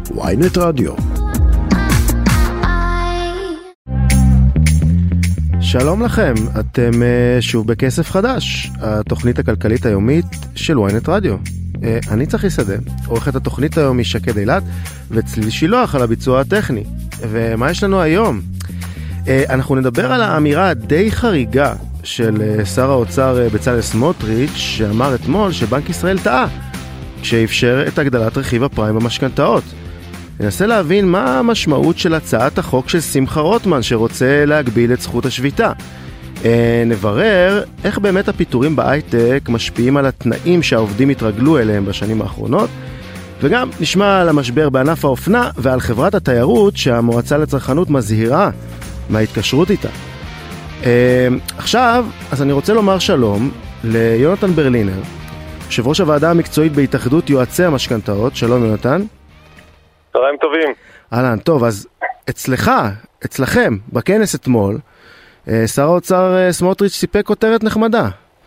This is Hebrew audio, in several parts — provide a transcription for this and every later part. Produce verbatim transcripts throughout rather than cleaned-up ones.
וויינט רדיו. שלום לכם, אתם שוב בכסף חדש, התוכנית הכלכלית היומית של וויינט רדיו. אני צחי שדה, עורכת התוכנית היום היא שקד אילת, וצליל שילוח על הביצוע הטכני. ומה יש לנו היום? אנחנו נדבר על האמירה די חריגה של שר האוצר בצלאל סמוטריץ', שאמר אתמול שבנק ישראל טעה כשאפשר את הגדלת רכיב הפריים במשכנתאות. ננסה להבין מה המשמעות של הצעת החוק של שמחה רוטמן שרוצה להגביל את זכות השביתה. נברר איך באמת הפיטורים בהייטק משפיעים על התנאים שהעובדים התרגלו אליהם בשנים האחרונות, וגם נשמע על המשבר בענף האופנה ועל חברת התיירות שהמועצה לצרכנות מזהירה מההתקשרות איתה. עכשיו, אז אני רוצה לומר שלום ליונתן ברלינר, יושב ראש הוועדה המקצועית בהתאחדות יועצי המשכנתאות. שלום יונתן. צהריים טובים. אהלן, טוב, אז אצלך, אצלכם, בכנס אתמול, שר האוצר סמוטריץ' סיפק כותרת נחמדה.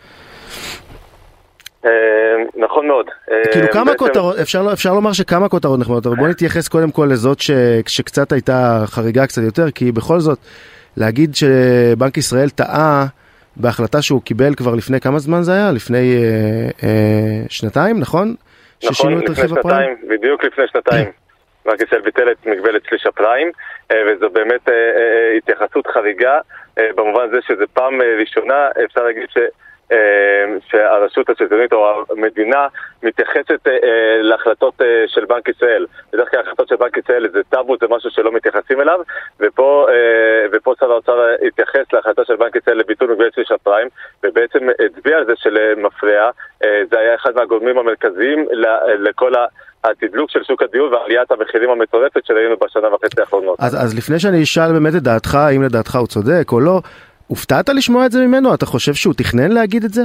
נכון מאוד. כאילו כמה כותרות, אפשר לומר שכמה כותרות נחמדות, אבל בוא נתייחס קודם כל לזאת שקצת הייתה חריגה קצת יותר, כי בכל זאת, להגיד שבנק ישראל טעה בהחלטה שהוא קיבל כבר לפני כמה זמן זה היה? לפני שנתיים, נכון? נכון, לפני שנתיים, בדיוק לפני שנתיים. בנק ישראל ביטל את מגבלת שליש הפריים, וזו באמת התייחסות חריגה, במובן זה שזה פעם ראשונה, אפשר להגיד ש... שהרשות השלטונית או המדינה מתייחסת להחלטות של בנק ישראל. בדרך כלל ההחלטות של בנק ישראל זה טאבו, זה משהו שלא מתייחסים אליו, ופה, ופה שר האוצר התייחס להחלטה של בנק ישראל לביטול מגבלת שליש הפריים, ובעצם הצביע על זה שלמפרע, זה היה אחד מהגורמים המרכזיים לכל ה... התדלוק של שוק הדיור ועליית המחירים המטורפת שראינו בשנה וחצי האחרונות. אז, אז לפני שאני אשאל באמת את דעתך, האם לדעתך הוא צודק או לא, הופתעת לשמוע את זה ממנו? אתה חושב שהוא תכנן להגיד את זה?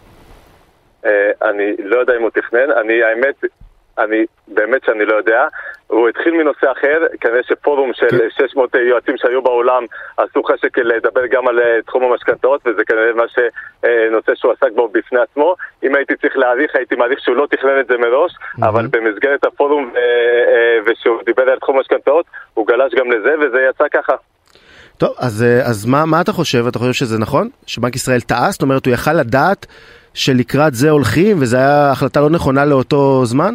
אני לא יודע אם הוא תכנן, אני האמת, אני באמת שאני לא יודע. הוא התחיל מנושא אחר, כנראה שפורום של שש מאות יועצים שהיו בעולם עשו חשק לדבר גם על תחום המשכנתאות, וזה כנראה מה שנושא שהוא עסק בו בפני עצמו. אם הייתי צריך להעריך, הייתי מעריך שהוא לא תכנן את זה מראש, אבל במסגרת הפורום ושהוא דיבר על תחום המשכנתאות, הוא גלש גם לזה, וזה יצא ככה. טוב, אז, אז מה, מה אתה חושב? אתה חושב שזה נכון? שבנק ישראל טעה? זאת אומרת, הוא יכל לדעת שלקראת זה הולכים, וזה היה החלטה לא נכונה לאותו זמן?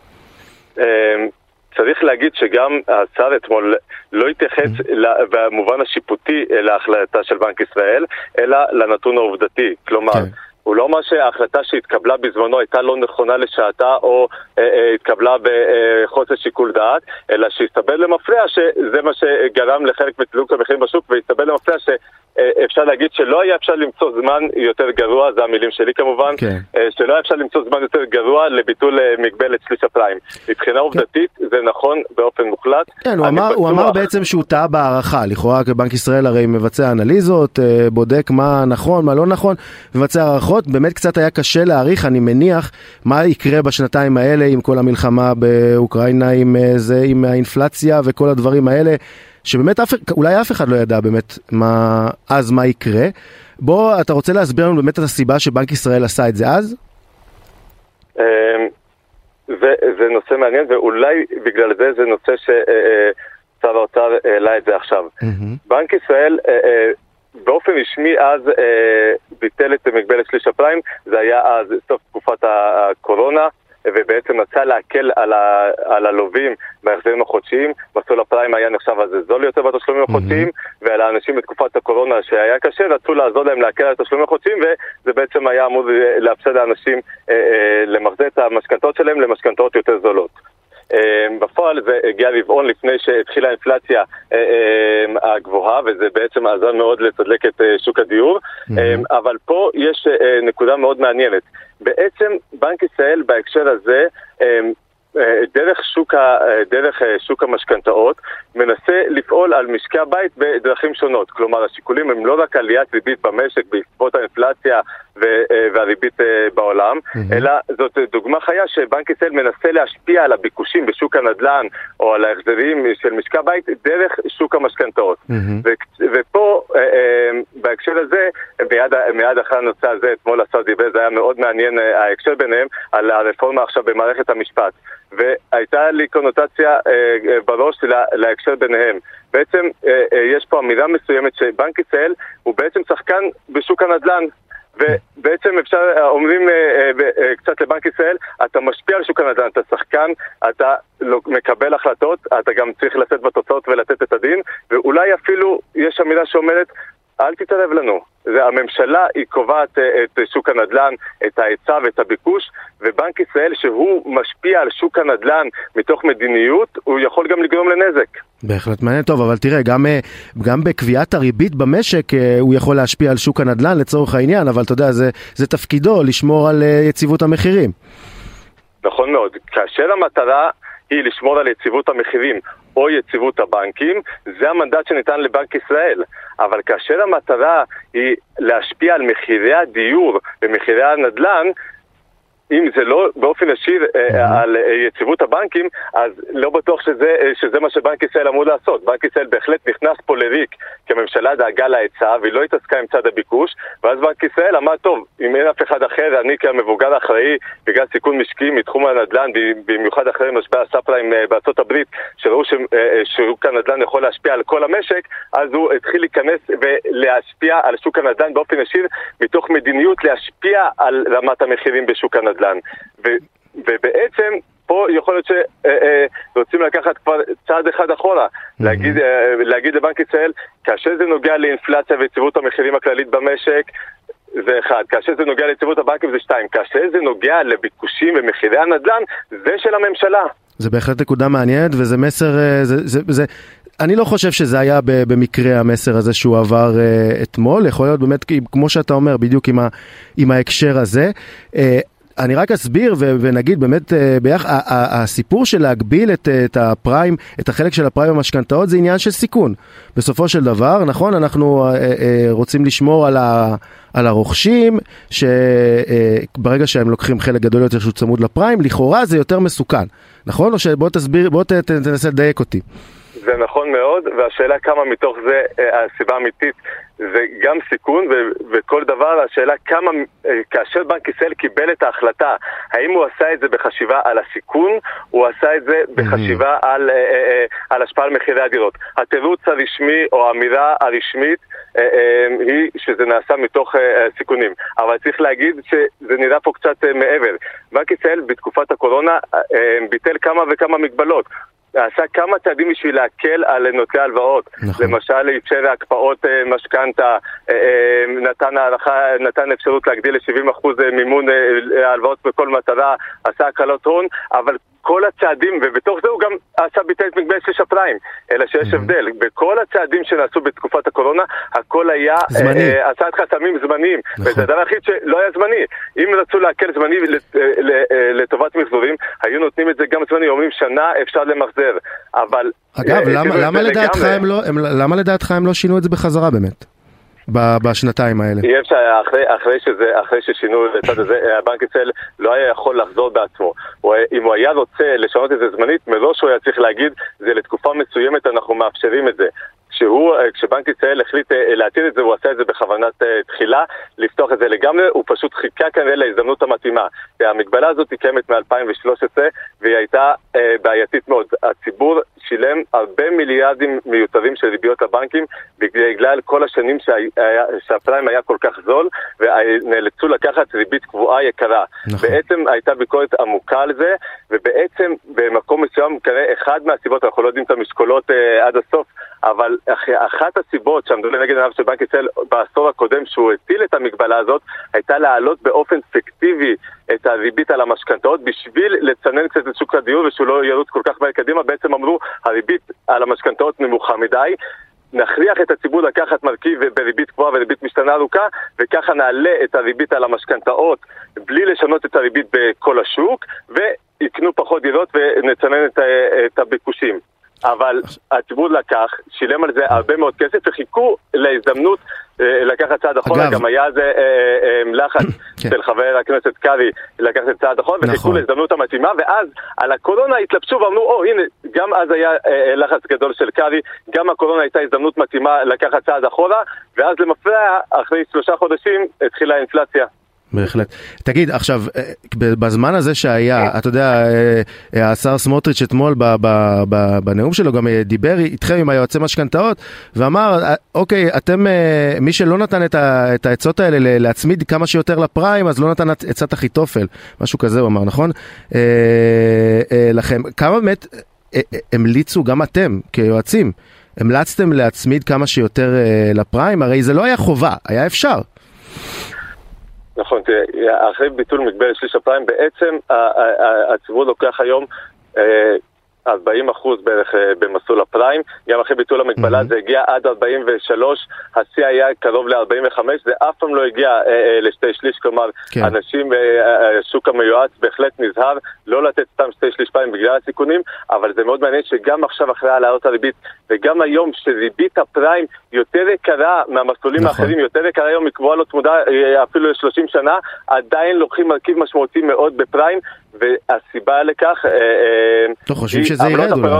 צריך להגיד שגם השר אתמול לא התייחס במובן השיפוטי להחלטה של בנק ישראל, אלא לנתון העובדתי. כלומר, הוא לא אומר שההחלטה שהתקבלה בזמנו הייתה לא נכונה לשעתה או אה, אה, התקבלה בחוסר שיקול דעת, אלא שהסתבר למפרע שזה מה שגרם לחלק מתדלוק המחירים בשוק, והסתבר למפרע שאפשר להגיד שלא היה אפשר למצוא זמן יותר גרוע, זה המילים שלי כמובן, okay. אה, שלא היה אפשר למצוא זמן יותר גרוע לביטול אה, מגבלת שליש הפריים. מבחינה עובדתית okay. זה נכון באופן מוחלט. כן, הוא אמר, הוא אמר בעצם שהוא טעה בהערכה, לכאורה בנק ישראל הרי מבצע אנליזות, אה, בודק מה נכון, מה לא נכון, מבצע הערכות. באמת קצת היה קשה להעריך, אני מניח, מה יקרה בשנתיים האלה עם כל המלחמה באוקראינה, עם זה, עם האינפלציה וכל הדברים האלה, שבאמת אף, אולי אף אחד לא ידע באמת מה, אז מה יקרה. בוא, אתה רוצה להסביר לנו באמת את הסיבה שבנק ישראל עשה את זה אז? זה, זה נושא מעניין, ואולי בגלל זה זה נושא ששר האוצר העלה את זה עכשיו. בנק ישראל באופן רשמי אז אה, ביטל את מגבלת שליש הפריים, זה היה אז סוף תקופת הקורונה, ובעצם רצה להקל על, ה, על הלווים בהחזרים החודשיים. מסלול הפריים היה נחשב אז זול יותר בתשלומים החודשיים, mm-hmm. ועל האנשים בתקופת הקורונה שהיה קשה, רצו לעזור להם להקל על התשלומים החודשיים, וזה בעצם היה אמור לאפשר לאנשים אה, אה, למחזר את המשכנתאות שלהם למשכנתאות יותר זולות. בפועל זה הגיע רבעון לפני שהתחילה האינפלציה הגבוהה, וזה בעצם עזר מאוד לתדלק את שוק הדיור. אבל פה יש נקודה מאוד מעניינת. בעצם בנק ישראל בהקשר הזה דרך שוק, דרך שוק המשכנתאות מנסה לפעול על משקי הבית בדרכים שונות. כלומר, השיקולים הם לא רק עליית ריבית במשק בעקבות האינפלציה והריבית בעולם, אלא זאת דוגמה חיה שבנק ישראל מנסה להשפיע על הביקושים בשוק הנדל"ן או על ההחזרים של משקי הבית דרך שוק המשכנתאות. ופה בהקשר הזה, מיד אחרי הנושא הזה, אתמול השר דיבר, זה היה מאוד מעניין ההקשר ביניהם על הרפורמה עכשיו במערכת המשפט. והייתה לי קונוטציה בראש להקשר ביניהם. בעצם יש פה אמירה מסוימת שבנק ישראל הוא בעצם שחקן בשוק הנדל"ן, ובעצם אפשר, אומרים קצת לבנק ישראל, אתה משפיע על שוק הנדל"ן, אתה שחקן, אתה מקבל החלטות, אתה גם צריך לתת בתוצאות ולתת את הדין, ואולי אפילו יש אמירה שאומרת, אל תתערב לנו. הממשלה היא קובעת את שוק הנדל"ן, את ההיצע ואת הביקוש, ובנק ישראל שהוא משפיע על שוק הנדל"ן מתוך מדיניות, הוא יכול גם לגרום לנזק. בהחלט מעניין. טוב, אבל תראה, גם, גם בקביעת הריבית במשק הוא יכול להשפיע על שוק הנדל"ן לצורך העניין, אבל אתה יודע, זה, זה תפקידו לשמור על יציבות המחירים. נכון מאוד. כאשר המטרה היא לשמור על יציבות המחירים או יציבות הבנקים, זה המנדט שניתן לבנק ישראל. אבל כאשר המטרה היא להשפיע על מחירי הדיור ומחירי הנדל"ן, אם זה לא באופן ישיר על יציבות הבנקים, אז לא בטוח שזה, שזה מה שבנק ישראל אמור לעשות. בנק ישראל בהחלט נכנס פה לריק, כי הממשלה דאגה להיצע והיא לא התעסקה עם צד הביקוש, ואז בנק ישראל אמר, טוב, אם אין אף אחד אחר, אני כמבוגר האחראי בגלל סיכון משקיעים מתחום הנדל"ן, במיוחד אחרי משבר הסאב-פריים בארצות הברית, שראו ששוק הנדל"ן יכול להשפיע על כל המשק, אז הוא התחיל להיכנס ולהשפיע על שוק הנדל"ן באופן ישיר, מתוך מדיניות להשפיע על רמת המחירים בשוק הנדל"ן. ו, ובעצם פה יכול להיות שרוצים לקחת כבר צעד אחד אחורה, mm-hmm. להגיד, להגיד לבנק ישראל, כאשר זה נוגע לאינפלציה ויציבות המחירים הכללית במשק, זה אחד, כאשר זה נוגע ליציבות הבנקים זה שתיים, כאשר זה נוגע לביקושים ומחירי הנדל"ן, זה של הממשלה. זה בהחלט נקודה מעניינת, וזה מסר, זה, זה, זה, אני לא חושב שזה היה במקרה המסר הזה שהוא עבר אתמול, יכול להיות באמת, כמו שאתה אומר, בדיוק עם, ה, עם ההקשר הזה, אני רק אסביר ונגיד באמת ביח, הסיפור של להגביל את, את הפריים, את החלק של הפריים במשכנתאות זה עניין של סיכון. בסופו של דבר, נכון, אנחנו רוצים לשמור על, ה, על הרוכשים, שברגע שהם לוקחים חלק גדול יותר שהוא צמוד לפריים, לכאורה זה יותר מסוכן. נכון? או שבוא תסביר, בוא תנסה לדייק אותי. זה נכון מאוד, והשאלה כמה מתוך זה הסיבה האמיתית זה גם סיכון, וכל דבר השאלה כמה, כאשר בנק ישראל קיבל את ההחלטה, האם הוא עשה את זה בחשיבה על הסיכון, הוא עשה את זה בחשיבה על, על השפעה על מחירי הדירות. התירוץ הרשמי או האמירה הרשמית היא שזה נעשה מתוך סיכונים, אבל צריך להגיד שזה נראה פה קצת מעבר. בנק ישראל בתקופת הקורונה ביטל כמה וכמה מגבלות, עשה כמה צעדים בשביל להקל על נוטלי הלוואות. נכון. למשל, אפשר הקפאות משכנתה, נתן הערכה, נתן אפשרות להגדיל ל-שבעים אחוז מימון הלוואות בכל מטרה, עשה הקלות הון, אבל כל הצעדים, ובתוך זה הוא גם עשה ביטל את מגבלת שש הפריים, אלא שיש הבדל. בכל הצעדים שנעשו בתקופת הקורונה, הכל היה הצעת חסמים זמניים. וזה הדבר הכי שלא היה זמני. אם רצו להקל זמני לטובת מחזורים, היו נותנים את זה גם זמני, אומרים שנה אפשר למחזר. אבל... אגב, למה לדעתך הם לא שינו את זה בחזרה באמת? בשנתיים האלה. אי אפשר, אחרי, אחרי שזה, אחרי ששינו לצד הזה, הבנק ישראל לא היה יכול לחזור בעצמו. הוא, אם הוא היה רוצה לשנות את זה זמנית, מראש הוא היה צריך להגיד, זה לתקופה מסוימת, אנחנו מאפשרים את זה. כשהוא, כשבנק ישראל החליט להטיל את זה, הוא עשה את זה בכוונת תחילה, לפתוח את זה לגמרי, הוא פשוט חיכה כנראה להזדמנות המתאימה. המגבלה הזאת היא קיימת מ-אלפיים ושלוש עשרה, והיא הייתה בעייתית מאוד. הציבור שילם הרבה מיליארדים מיותרים של ריביות לבנקים, בגלל כל השנים שהיה, שהפריים היה כל כך זול, ונאלצו לקחת ריבית קבועה יקרה. נכון. בעצם הייתה ביקורת עמוקה על זה, ובעצם במקום מסוים, כנראה אחד מהסיבות, אנחנו לא יודעים את המשקולות עד הסוף, אבל אחת הסיבות שעמדו לנגד עיניו של בנק ישראל בעשור הקודם שהוא הטיל את המגבלה הזאת, הייתה להעלות באופן פיקטיבי את הריבית על המשכנתאות בשביל לצנן קצת את שוק הדיור ושהוא לא ירוץ כל כך מהר קדימה. בעצם אמרו, הריבית על המשכנתאות נמוכה מדי, נכריח את הציבור לקחת מרכיב בריבית קבועה וריבית משתנה ארוכה, וככה נעלה את הריבית על המשכנתאות בלי לשנות את הריבית בכל השוק, ויקנו פחות דירות ונצנן את, את הביקושים. אבל הציבור לקח, שילם על זה הרבה מאוד כסף, וחיכו להזדמנות לקחת צעד אחורה. גם היה זה לחץ של חבר הכנסת קרי לקחת צעד אחורה, וחיכו להזדמנות המתאימה, ואז על הקורונה התלבשו ואמרו, או הנה, גם אז היה לחץ גדול של קרי, גם הקורונה הייתה הזדמנות מתאימה לקחת צעד אחורה, ואז למפרע, אחרי שלושה חודשים, התחילה האינפלציה. בהחלט. תגיד, עכשיו, בזמן הזה שהיה, אתה יודע, השר סמוטריץ' אתמול בנאום שלו גם דיבר איתכם עם היועצי משכנתאות, ואמר, אוקיי, אתם, מי שלא נתן את העצות האלה להצמיד כמה שיותר לפריים, אז לא נתן עצת אחיתופל, משהו כזה הוא אמר, נכון? לכם, כמה באמת המליצו גם אתם כיועצים, המלצתם להצמיד כמה שיותר לפריים? הרי זה לא היה חובה, היה אפשר. נכון, אחרי ביטול מגבלת שליש הפריים, בעצם הציבור לוקח היום ארבעים אחוז בערך במסלול הפריים, גם אחרי ביטול המגבלה זה הגיע עד ארבעים ושלוש, השיא היה קרוב ל-ארבעים וחמש, זה אף פעם לא הגיע לשתי שליש, כלומר אנשים, השוק המיועץ בהחלט נזהר לא לתת סתם שתי שליש פריים בגלל הסיכונים, אבל זה מאוד מעניין שגם עכשיו אחרי העלאות הריבית, וגם היום שריבית הפריים יותר יקרה מהמסלולים האחרים, יותר יקרה היום מקבועה לא צמודה אפילו ל-שלושים שנה, עדיין לוקחים מרכיב משמעותי מאוד בפריים, והסיבה לכך לא חושבים שזה ירד אולי.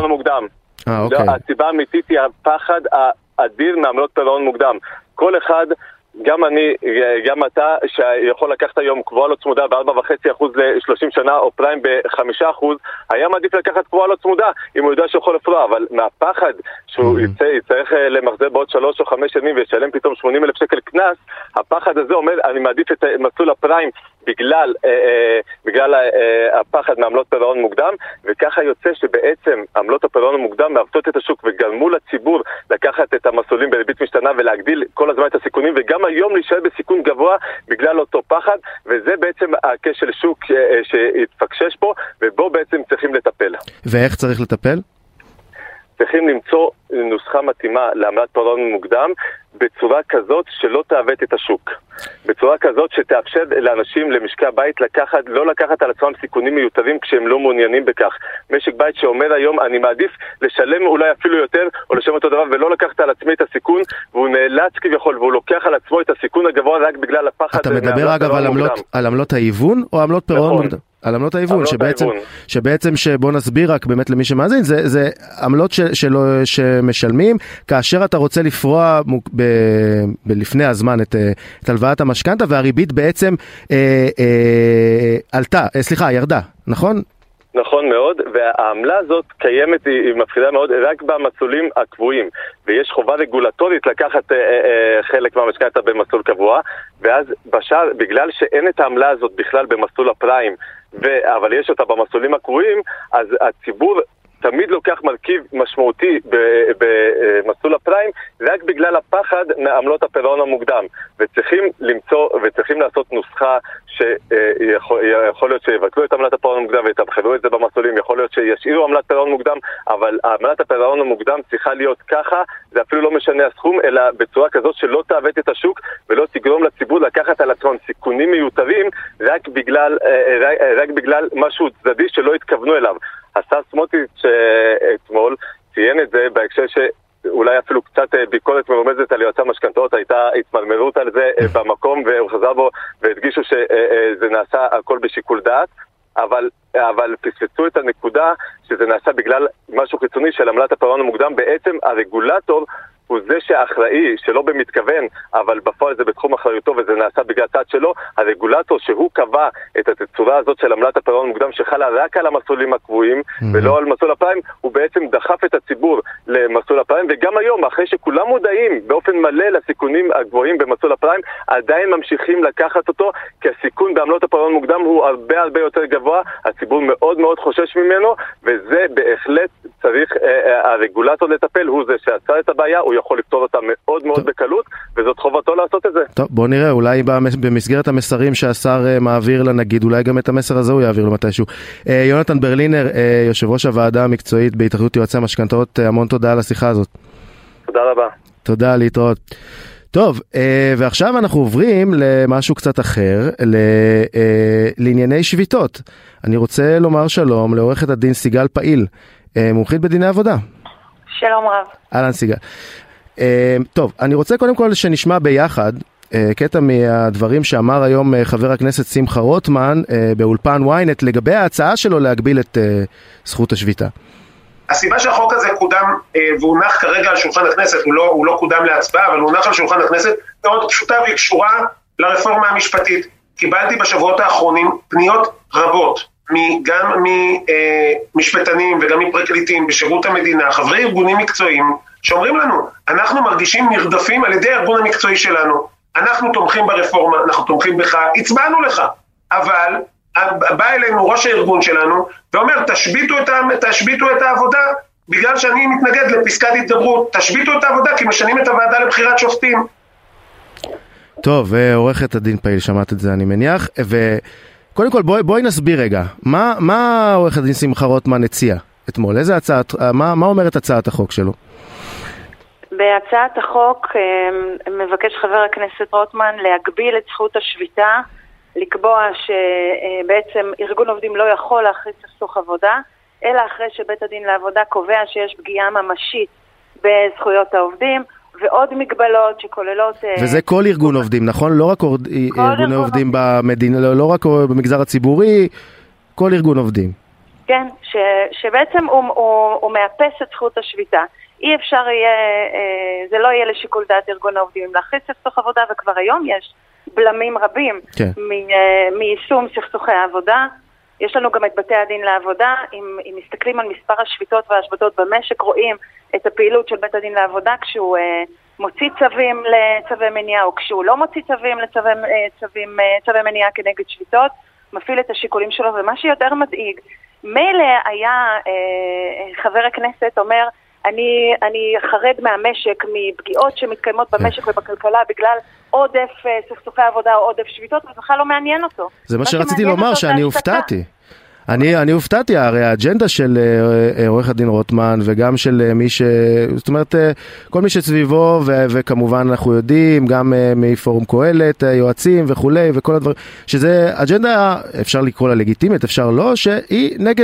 הסיבה האמיתית היא הפחד האדיר מעמלות פירעון מוקדם. כל אחד, גם אני, גם אתה, שיכול לקחת היום קבועה לא צמודה ב-ארבע נקודה חמש אחוז ל-שלושים שנה או פריים ב-חמישה אחוז, היה מעדיף לקחת קבועה לא צמודה אם הוא יודע שיכול לפרוע, אבל מהפחד שהוא יצטרך למחזר בעוד שלוש או חמש שנים וישלם פתאום שמונים אלף שקל קנס, הפחד הזה אומר, אני מעדיף את מסלול הפריים בגלל, אה, אה, בגלל אה, הפחד מעמלות פירעון מוקדם, וככה יוצא שבעצם עמלות הפירעון המוקדם מעוותות את השוק וגרמו לציבור לקחת את המסלולים בריבית משתנה ולהגדיל כל הזמן את הסיכונים, וגם היום להישאר בסיכון גבוה בגלל אותו פחד, וזה בעצם הכשל שוק אה, שהתפקשש פה, ובו בעצם צריכים לטפל. ואיך צריך לטפל? צריכים למצוא נוסחה מתאימה לעמלת פירעון מוקדם בצורה כזאת שלא תעוות את השוק. בצורה כזאת שתאפשר לאנשים, למשקי הבית, לקחת, לא לקחת על עצמם סיכונים מיותרים כשהם לא מעוניינים בכך. משק בית שאומר היום, אני מעדיף לשלם אולי אפילו יותר, או לשלם אותו דבר, ולא לקחת על עצמי את הסיכון, והוא נאלץ כביכול, והוא לוקח על עצמו את הסיכון הגבוה רק בגלל הפחד. אתה מדבר אגב על עמלות, על עמלות ההיוון או עמלות פירעון מוקדם? על עמלות ההיוון, שבעצם, שבעצם שבוא נסביר רק באמת למי שמאזין, זה, זה עמלות ש, שלא, שמשלמים, כאשר אתה רוצה לפרוע ב, ב, לפני הזמן את, את הלוואת המשכנתא, והריבית בעצם אה, אה, עלתה, אה, סליחה, ירדה, נכון? נכון מאוד, והעמלה הזאת קיימת, היא מפחידה מאוד רק במסלולים הקבועים, ויש חובה רגולטורית לקחת אה, אה, חלק מהמשכנתא במסלול קבוע, ואז בשאר, בגלל שאין את העמלה הזאת בכלל במסלול הפריים, ו- אבל יש אותה במסלולים הקבועים, אז הציבור תמיד לוקח מרכיב משמעותי במסלול הפריים רק בגלל הפחד מעמלות הפירעון המוקדם, וצריכים למצוא וצריכים לעשות נוסחה שיכול להיות שיבטלו את עמלת הפירעון המוקדם ויתבחרו את זה במסלולים, יכול להיות שישאירו עמלת פירעון מוקדם, אבל עמלת הפירעון המוקדם צריכה להיות ככה, זה אפילו לא משנה הסכום, אלא בצורה כזאת שלא תעוות את השוק ולא תגרום לציבור לקחת על עצמם סיכונים מיותרים רק בגלל רק, רק בגלל משהו צדדי שלא התכוונו אליו. השר סמוטריץ' אתמול ציין את זה בהקשר שאולי אפילו קצת ביקורת מרומזת על יועצי המשכנתאות, הייתה התמרמרות על זה במקום, והוא חזר בו והדגישו שזה נעשה הכל בשיקול דעת, אבל, אבל פספסו את הנקודה שזה נעשה בגלל משהו חיצוני של עמלת הפירעון המוקדם. בעצם הרגולטור הוא זה שאחראי, שלא במתכוון, אבל בפועל זה בתחום אחריותו וזה נעשה בגלל צד שלו. הרגולטור שהוא קבע את התצורה הזאת של עמלת הפירעון המוקדם שחלה רק על המסלולים הקבועים mm-hmm. ולא על מסלול הפריים, הוא בעצם דחף את הציבור למסלול הפריים, וגם היום, אחרי שכולם מודעים באופן מלא לסיכונים הגבוהים במסלול הפריים, עדיין ממשיכים לקחת אותו, כי הסיכון בעמלות הפירעון המוקדם הוא הרבה הרבה יותר גבוה, הציבור מאוד מאוד חושש ממנו, וזה בהחלט צריך אה, הרגולטור לטפל, הוא זה שעצר את הבעיה, הוא יכול לפתור אותה מאוד מאוד טוב. בקלות, וזאת חובתו לעשות את זה. טוב, בוא נראה, אולי במסגרת המסרים שהשר מעביר לנגיד, אולי גם את המסר הזה הוא יעביר לו מתישהו. אה, יונתן ברלינר, אה, יושב ראש הוועדה המקצועית בהתאחדות יועצי המשכנתאות, המון תודה על השיחה הזאת. תודה רבה. תודה, להתראות. טוב, ועכשיו אנחנו עוברים למשהו קצת אחר, לענייני שביתות. אני רוצה לומר שלום לעורכת הדין סיגל פעיל, מומחית בדיני עבודה. שלום רב. אהלן סיגל. טוב, אני רוצה קודם כל שנשמע ביחד קטע מהדברים שאמר היום חבר הכנסת שמחה רוטמן באולפן וויינט לגבי ההצעה שלו להגביל את זכות השביתה. הסיבה שהחוק הזה קודם והוא נח כרגע על שולחן הכנסת, הוא לא, הוא לא קודם להצבעה, אבל הוא נח על שולחן הכנסת, מאוד פשוטה והיא קשורה לרפורמה המשפטית. קיבלתי בשבועות האחרונים פניות רבות, גם ממשפטנים וגם מפרקליטים בשירות המדינה, חברי ארגונים מקצועיים, שאומרים לנו, אנחנו מרגישים נרדפים על ידי הארגון המקצועי שלנו, אנחנו תומכים ברפורמה, אנחנו תומכים בך, הצבענו לך, אבל בא אלינו ראש הארגון שלנו ואומר, תשביטו את, תשביטו את העבודה, בגלל שאני מתנגד לפסקת התגברות, תשביטו את העבודה כי משנים את הוועדה לבחירת שופטים. טוב, עורכת הדין פעיל, שמעת את זה אני מניח, וקודם כל בואי, בואי נסביר רגע, מה, מה עורכת הדין שמחה רוטמן הציע אתמול? איזה הצעת, מה, מה אומרת הצעת החוק שלו? בהצעת החוק מבקש חבר הכנסת רוטמן להגביל את זכות השביתה, לקבוע שבעצם ארגון עובדים לא יכול להכריז סכסוך עבודה, אלא אחרי שבית הדין לעבודה קובע שיש פגיעה ממשית בזכויות העובדים, ועוד מגבלות שכוללות... וזה כל ארגון עובדים, נכון? לא רק ארגוני עובדים במדינה, לא רק במגזר הציבורי, כל ארגון עובדים. כן, ש, שבעצם הוא, הוא, הוא מאפס את זכות השביתה. אי אפשר יהיה, זה לא יהיה לשיקול דעת ארגון העובדים להכריז סכסוך עבודה, וכבר היום יש בלמים רבים כן. מיישום סכסוכי העבודה. יש לנו גם את בתי הדין לעבודה, אם, אם מסתכלים על מספר השביתות וההשבתות במשק, רואים את הפעילות של בית הדין לעבודה כשהוא אה, מוציא צווים לצווי מניעה, או כשהוא לא מוציא צווים לצווי צווים, צווי מניעה כנגד שביתות, מפעיל את השיקולים שלו, ומה שיותר מדאיג, מילא היה אה, חבר הכנסת אומר, אני, אני חרד מהמשק, מפגיעות שמתקיימות במשק ובכלכלה בגלל עודף סכסוכי עבודה או עודף שביתות, זה בכלל לא מעניין אותו. זה מה שרציתי לומר, שאני הופתעתי. אני, אני הופתעתי, הרי האג'נדה של עורך הדין רוטמן וגם של מי ש... זאת אומרת, כל מי שסביבו, ו, וכמובן אנחנו יודעים, גם מפורום קהלת, יועצים וכולי, וכל הדברים, שזה אג'נדה, אפשר לקרוא לה לגיטימית, אפשר לא, שהיא נגד,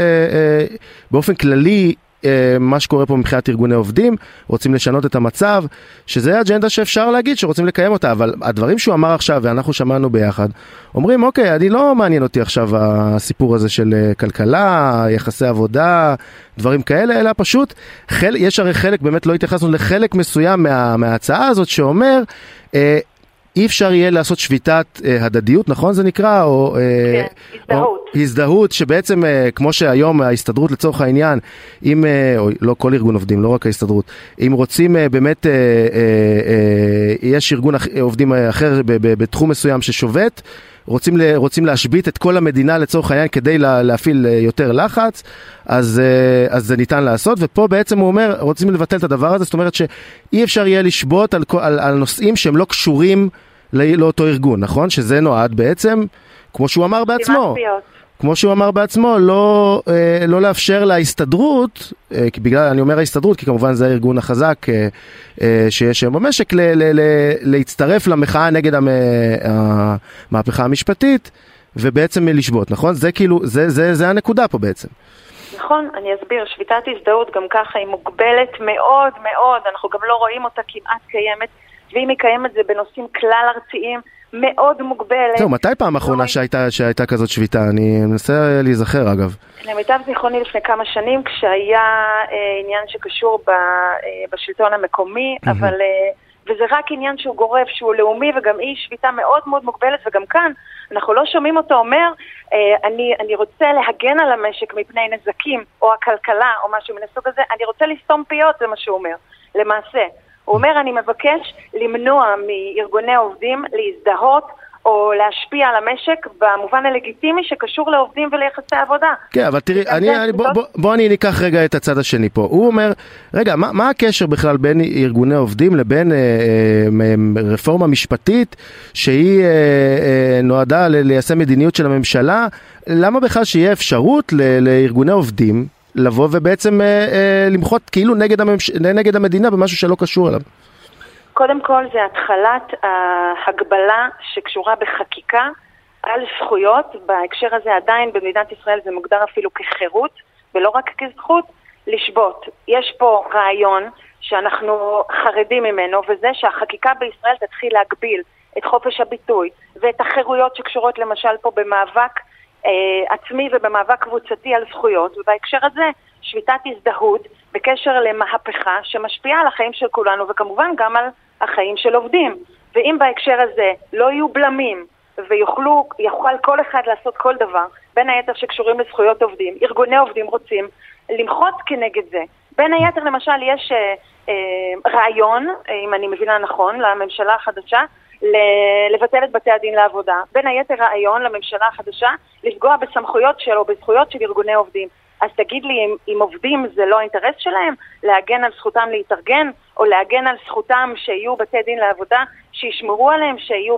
באופן כללי, מה שקורה פה מבחינת ארגוני עובדים, רוצים לשנות את המצב, שזה אג'נדה שאפשר להגיד שרוצים לקיים אותה, אבל הדברים שהוא אמר עכשיו ואנחנו שמענו ביחד, אומרים אוקיי, אני לא מעניין אותי עכשיו הסיפור הזה של כלכלה, יחסי עבודה, דברים כאלה, אלא פשוט, חל, יש הרי חלק, באמת לא התייחסנו לחלק מסוים מה, מההצעה הזאת שאומר, אה, אי אפשר יהיה לעשות שביתת אה, הדדיות, נכון זה נקרא? או, אה, כן, הזדהות. או, הזדהות, שבעצם, אה, כמו שהיום ההסתדרות לצורך העניין, אם, אה, או לא כל ארגון עובדים, לא רק ההסתדרות, אם רוצים אה, באמת, אה, אה, אה, יש ארגון אח, עובדים אחר ב, ב, בתחום מסוים ששובת, רוצים, ל, רוצים להשבית את כל המדינה לצורך העניין כדי לה, להפעיל יותר לחץ, אז, אה, אז זה ניתן לעשות, ופה בעצם הוא אומר, רוצים לבטל את הדבר הזה, זאת אומרת שאי אפשר יהיה לשבות על, על, על נושאים שהם לא קשורים לאותו ארגון, נכון? שזה נועד בעצם, כמו שהוא אמר בעצמו, כמו שהוא אמר בעצמו, לא, אה, לא לאפשר להסתדרות, אה, בגלל, אני אומר ההסתדרות, כי כמובן זה הארגון החזק אה, אה, שיש היום במשק, ל, ל, ל, להצטרף למחאה נגד המ, המהפכה המשפטית, ובעצם לשבות, נכון? זה כאילו, זה, זה, זה הנקודה פה בעצם. נכון, אני אסביר, שביתת הזדהות גם ככה היא מוגבלת מאוד מאוד, אנחנו גם לא רואים אותה כמעט קיימת, ואם היא קיימת זה בנושאים כלל ארציים מאוד מוגבלת. טוב, מתי פעם האחרונה שהייתה, שהייתה כזאת שביתה? אני מנסה להיזכר אגב. למיטב זיכרוני לפני כמה שנים, כשהיה אה, עניין שקשור ב, אה, בשלטון המקומי, mm-hmm. אבל, אה, וזה רק עניין שהוא גורף, שהוא לאומי, וגם היא שביתה מאוד מאוד מוגבלת, וגם כאן אנחנו לא שומעים אותו אומר, אה, אני, אני רוצה להגן על המשק מפני נזקים, או הכלכלה, או משהו מן הסוג הזה, אני רוצה לסתום פיות, זה מה שהוא אומר, למעשה. הוא אומר, אני מבקש למנוע מארגוני עובדים להזדהות או להשפיע על המשק במובן הלגיטימי שקשור לעובדים וליחסי עבודה. כן, אבל תראי, אני, אני, בוא, בוא, בוא אני ניקח רגע את הצד השני פה. הוא אומר, רגע, מה, מה הקשר בכלל בין ארגוני עובדים לבין אה, אה, רפורמה משפטית שהיא אה, אה, נועדה ליישם מדיניות של הממשלה? למה בכלל שיהיה אפשרות ל, לארגוני עובדים לבוא ובעצם אה, אה, למחות כאילו נגד, הממש... נגד המדינה במשהו שלא קשור אליו? קודם כל זה התחלת ההגבלה שקשורה בחקיקה על זכויות. בהקשר הזה עדיין במדינת ישראל זה מוגדר אפילו כחירות ולא רק כזכות לשבות. יש פה רעיון שאנחנו חרדים ממנו, וזה שהחקיקה בישראל תתחיל להגביל את חופש הביטוי ואת החירויות שקשורות למשל פה במאבק עצמי ובמאבק קבוצתי על זכויות, ובהקשר הזה שביתת הזדהות בקשר למהפכה שמשפיעה על החיים של כולנו וכמובן גם על החיים של עובדים. ואם בהקשר הזה לא יהיו בלמים ויוכלו, יוכל כל אחד לעשות כל דבר, בין היתר שקשורים לזכויות עובדים, ארגוני עובדים רוצים למחות כנגד זה. בין היתר למשל יש אה, אה, רעיון, אם אני מבינה נכון, לממשלה החדשה, לבטל את בתי הדין לעבודה. בין היתר רעיון לממשלה החדשה לפגוע בסמכויות שלו, בזכויות של ארגוני עובדים. אז תגיד לי, אם, אם עובדים זה לא האינטרס שלהם, להגן על זכותם להתארגן, או להגן על זכותם שיהיו בתי דין לעבודה, שישמרו עליהם, שיהיו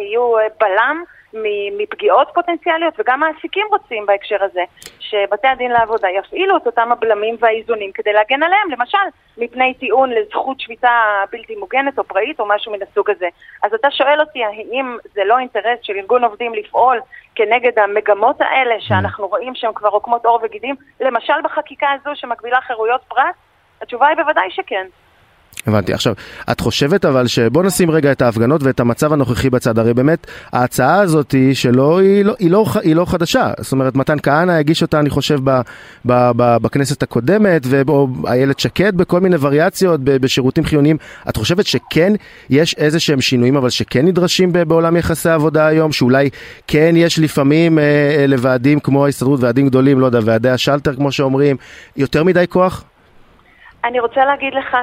בלם מפגיעות פוטנציאליות, וגם מעסיקים רוצים בהקשר הזה, שבתי הדין לעבודה יפעילו את אותם הבלמים והאיזונים כדי להגן עליהם, למשל, מפני טיעון לזכות שביתה בלתי מוגנת או פראית או משהו מן הסוג הזה. אז אתה שואל אותי, האם זה לא אינטרס של ארגון עובדים לפעול כנגד המגמות האלה שאנחנו רואים שהן כבר רוקמות עור וגידים, למשל בחקיקה הזו שמגבילה חירויות פרט? התשובה היא בוודאי שכן. הבנתי. עכשיו, את חושבת אבל שבוא נשים רגע את ההפגנות ואת המצב הנוכחי בצד. הרי באמת ההצעה הזאת היא שלא, היא לא, היא לא, היא לא חדשה. זאת אומרת, מתן כהנא הגיש אותה, אני חושב, ב, ב, ב, בכנסת הקודמת, ואיילת שקד בכל מיני וריאציות בשירותים חיוניים. את חושבת שכן יש איזה שהם שינויים, אבל שכן נדרשים בעולם יחסי העבודה היום, שאולי כן יש לפעמים אה, לוועדים כמו ההסתדרות, ועדים גדולים, לא יודע, ועדי השלטר כמו שאומרים, יותר מדי כוח? אני רוצה להגיד לך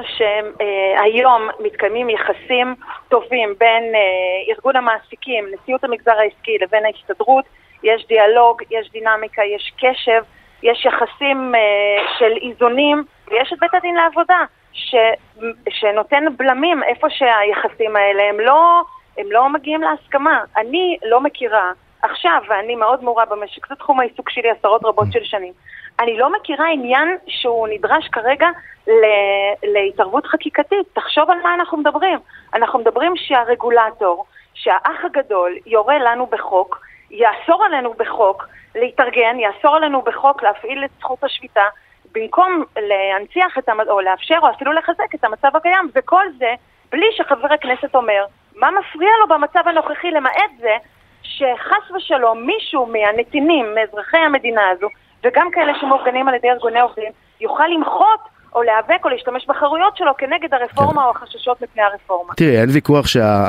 שהיום מתקיימים יחסים טובים בין ארגון המעסיקים, נשיאות המגזר העסקי לבין ההסתדרות. יש דיאלוג, יש דינמיקה, יש קשב, יש יחסים של איזונים, ויש את בית הדין לעבודה ש... שנותן בלמים איפה שהיחסים האלה הם לא, הם לא מגיעים להסכמה. אני לא מכירה עכשיו, ואני מאוד מורה במשק, זה תחום העיסוק שלי עשרות רבות של שנים, אני לא מכירה עניין שהוא נדרש כרגע להתערבות חקיקתית. תחשוב על מה אנחנו מדברים. אנחנו מדברים שהרגולטור, שהאח הגדול יורה לנו בחוק, יאסור עלינו בחוק להתארגן, יאסור עלינו בחוק להפעיל את זכות השביתה, במקום להנציח את המצב, או לאפשר או אפילו לחזק את המצב הקיים, וכל זה בלי שחבר הכנסת אומר מה מפריע לו במצב הנוכחי, למעט זה שחס ושלום מישהו מהנתינים, מאזרחי המדינה הזו, וגם כאלה שמאורגנים על ידי ארגוני עובדים, יוכל למחות או להיאבק או להשתמש בחירויות שלו כנגד הרפורמה או החששות מפני הרפורמה. תראי, אין ויכוח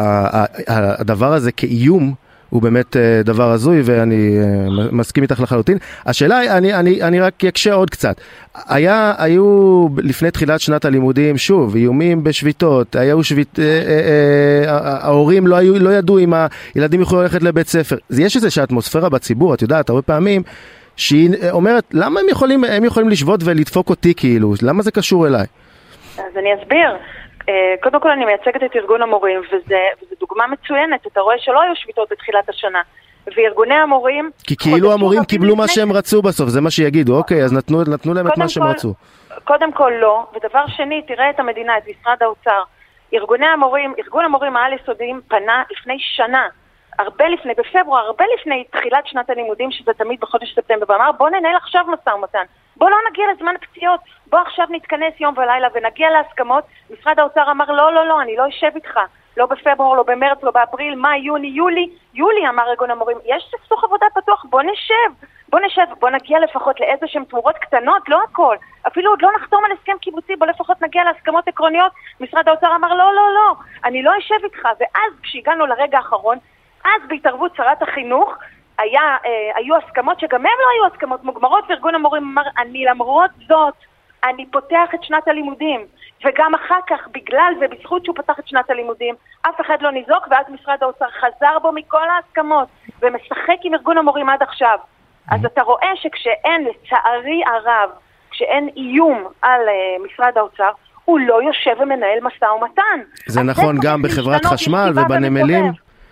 שהדבר הזה כאיום הוא באמת דבר הזוי, ואני מסכים איתך לחלוטין. השאלה היא, אני, אני, אני רק יקשה עוד קצת. היה, היו לפני תחילת שנת הלימודים, שוב, איומים בשביתות, היו שביט, אה, אה, אה, ההורים לא, היו, לא ידעו אם הילדים יכולו ללכת לבית ספר. יש איזושהי אטמוספירה בציבור, את יודעת, הרבה פעמים, שהיא אומרת, למה הם יכולים, הם יכולים לשבות ולדפוק אותי כאילו? למה זה קשור אליי? אז אני אסביר. קודם כל אני מייצגת את ארגון המורים, וזה, וזה דוגמה מצוינת. אתה רואה שלא היו שביתות בתחילת השנה. וארגוני המורים... כי כאילו המורים קיבלו מה שהם רצו בסוף, זה מה שיגידו. אוקיי, אז נתנו, נתנו להם את מה שהם רצו. קודם כל לא, ודבר שני, תראה את המדינה, את משרד האוצר. ארגוני המורים, ארגון המורים העל-יסודיים פנה לפני שנה, הרבה לפני, בפברואר, הרבה לפני תחילת שנת הלימודים, שזה תמיד בחודש ספטמבר, ואמר, בוא ננהל עכשיו משא ומתן, בוא לא נגיע לזמן פציעות, בוא עכשיו נתכנס יום ולילה ונגיע להסכמות. משרד האוצר אמר, לא, לא, לא, אני לא אשב איתך, לא בפברואר, לא במרץ, לא באפריל, מאי, יוני, יולי, יולי, אמר ארגון המורים, יש סכסוך עבודה פתוח, בוא נשב, בוא נשב, בוא נגיע לפחות לאיזה שהן תמורות קטנות, לא הכל, אפילו עוד לא נחתום על הסכם קיבוצי, בוא לפחות נגיע להסכמות עקרוניות. משרד האוצר אמר, לא, לא, לא, אני לא אשב איתך. ואז כשהגענו לרגע האחרון, אז בהתערבות שרת החינוך, היה, אה, היו הסכמות שגם הם לא היו הסכמות מוגמרות, וארגון המורים אמר, אני למרות זאת, אני פותח את שנת הלימודים, וגם אחר כך, בגלל ובזכות שהוא פתח את שנת הלימודים, אף אחד לא ניזוק, ואז משרד האוצר חזר בו מכל ההסכמות, ומשחק עם ארגון המורים עד עכשיו. אז אתה רואה שכשאין, לצערי הרב, כשאין איום על uh, משרד האוצר, הוא לא יושב ומנהל משא ומתן. זה נכון גם בחברת חשמל ובנמלים?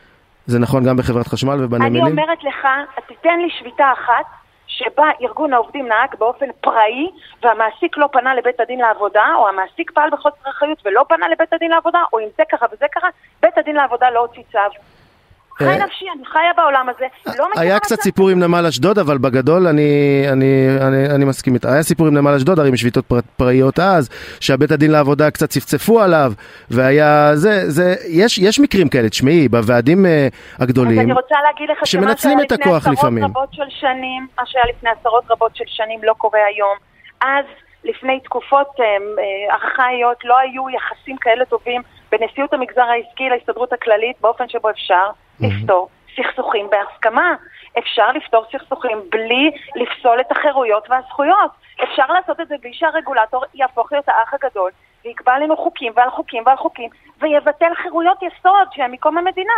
זה נכון גם בחברת חשמל ובנמלים? אני אומרת לך, תיתן לי שביתה אחת, שבה ארגון העובדים נהג באופן פראי, והמעסיק לא פנה לבית הדין לעבודה, או המעסיק פעל בחוסר אחריות ולא פנה לבית הדין לעבודה, או אם זה ככה וזה ככה, בית הדין לעבודה לא הוציא צו. חי נפשי, אני חיה בעולם הזה. היה קצת סיפור עם נמל אשדוד, אבל בגדול אני, אני, אני, אני מסכים איתה. היה סיפור עם נמל אשדוד, הרי עם שביתות פראיות אז, שהבית הדין לעבודה קצת צפצפו עליו, והיה זה, זה, יש, יש מקרים כאלה, תשמעי, בוועדים הגדולים, אז אני רוצה להגיד לך שמנצלים את הכוח לפעמים. רבות של שנים, מה שהיה לפני עשרות רבות של שנים לא קורה היום. אז לפני תקופות ארכאיות לא היו יחסים כאלה טובים בנשיאות המגזר העסקי להסתדרות הכללית, באופן שבו אפשר לפתור סכסוכים בהסכמה. אפשר לפתור סכסוכים בלי לפסול את החירויות והזכויות. אפשר לעשות את זה בלי שהרגולטור יהפוך להיות האח הגדול, ויקבע לנו חוקים ועל חוקים ועל חוקים, ויבטל חירויות יסוד שהם מקום המדינה.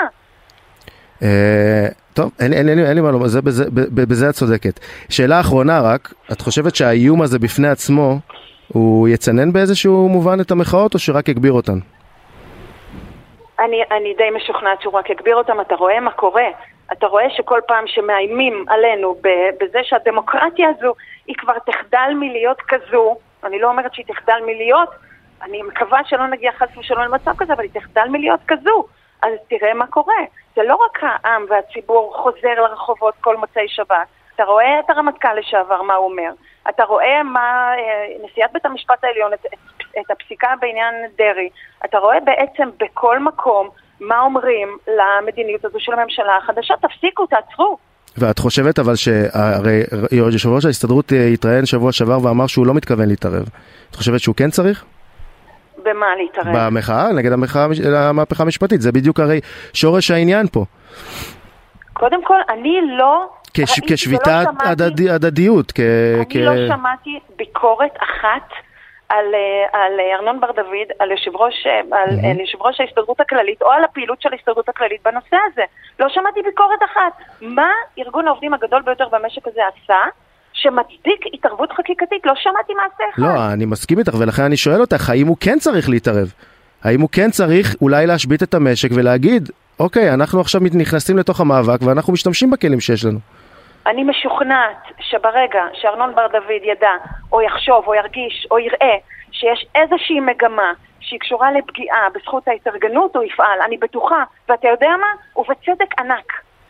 טוב, אין לי מה לומר, בזה את צודקת. שאלה אחרונה רק, את חושבת שהאיום הזה בפני עצמו, הוא יצנן באיזשהו מובן את המחאות, או שרק יגביר אותן? אני, אני די משוכנעת שהוא רק יגביר אותם. אתה רואה מה קורה. אתה רואה שכל פעם שמאיימים עלינו בזה שהדמוקרטיה הזו היא כבר תחדל מלהיות כזו, אני לא אומרת שהיא תחדל מלהיות, אני מקווה שלא נגיע חס ושלום למצב כזה, אבל היא תחדל מלהיות כזו. אז תראה מה קורה. זה לא רק העם והציבור חוזר לרחובות כל מוצאי שבת. אתה רואה את הרמטכ"ל לשעבר, מה הוא אומר. אתה רואה מה נשיאת בית המשפט העליון, את, את הפסיקה בעניין דרי. אתה רואה בעצם בכל מקום מה אומרים למדיניות הזו של הממשלה החדשה. תפסיקו, תעצרו. ואת חושבת אבל שהרי יושב ראש ההסתדרות יתראיין שבוע שעבר ואמר שהוא לא מתכוון להתערב. את חושבת שהוא כן צריך? במה להתערב? במחאה, נגד המחאה, המהפכה המשפטית. זה בדיוק הרי שורש העניין פה. קודם כל, אני לא... כשביתת הדדיות. אני לא שמעתי ביקורת אחת על ארנון בר דוד, על יושב ראש ההסתדרות הכללית, או על הפעילות של ההסתדרות הכללית בנושא הזה. לא שמעתי ביקורת אחת. מה ארגון העובדים הגדול ביותר במשק הזה עשה, שמצדיק התערבות חקיקתית? לא שמעתי מעשה אחד. לא, אני מסכים איתך, ולכן אני שואל אותך, האם הוא כן צריך להתערב? האם הוא כן צריך אולי להשבית את המשק ולהגיד, אוקיי, אנחנו עכשיו נכנסים לתוך המאבק, ואנחנו משתמשים בכלים שיש לנו. אני משוכנעת שברגע שארנון בר דוד ידע, או יחשוב, או ירגיש, או יראה, שיש איזושהי מגמה שהיא קשורה לפגיעה בזכות ההתארגנות, הוא יפעל. אני בטוחה, ואתה יודע מה? ובצדק ענק.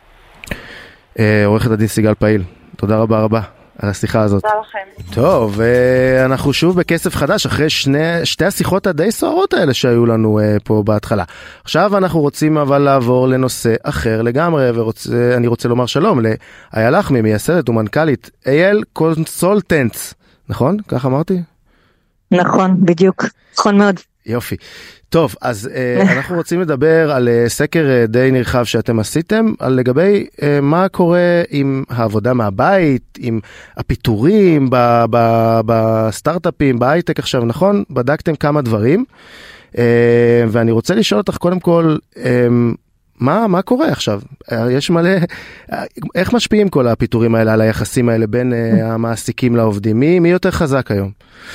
עורכת הדין סיגל פעיל, תודה רבה רבה על השיחה הזאת. תודה לכם. טוב, אנחנו שוב בכסף חדש, אחרי שני, שתי השיחות הדי סוערות האלה שהיו לנו פה בהתחלה. עכשיו אנחנו רוצים אבל לעבור לנושא אחר לגמרי, ואני רוצה לומר שלום לאייל לחמי, מייסדת ומנכ"לית אייל קונסולטנטס, נכון? כך אמרתי? נכון, בדיוק. נכון מאוד. יופי. טוב, אז uh, אנחנו רוצים לדבר על uh, סקר uh, די נרחב שאתם עשיתם, על לגבי uh, מה קורה עם העבודה מהבית, עם הפיטורים ב- ב- בסטארט-אפים, בהייטק עכשיו, נכון? בדקתם כמה דברים, uh, ואני רוצה לשאול אותך קודם כל, um, מה, מה קורה עכשיו? Uh, יש מלא, uh, איך משפיעים כל הפיטורים האלה על היחסים האלה בין uh, המעסיקים לעובדים? מי, מי יותר חזק היום?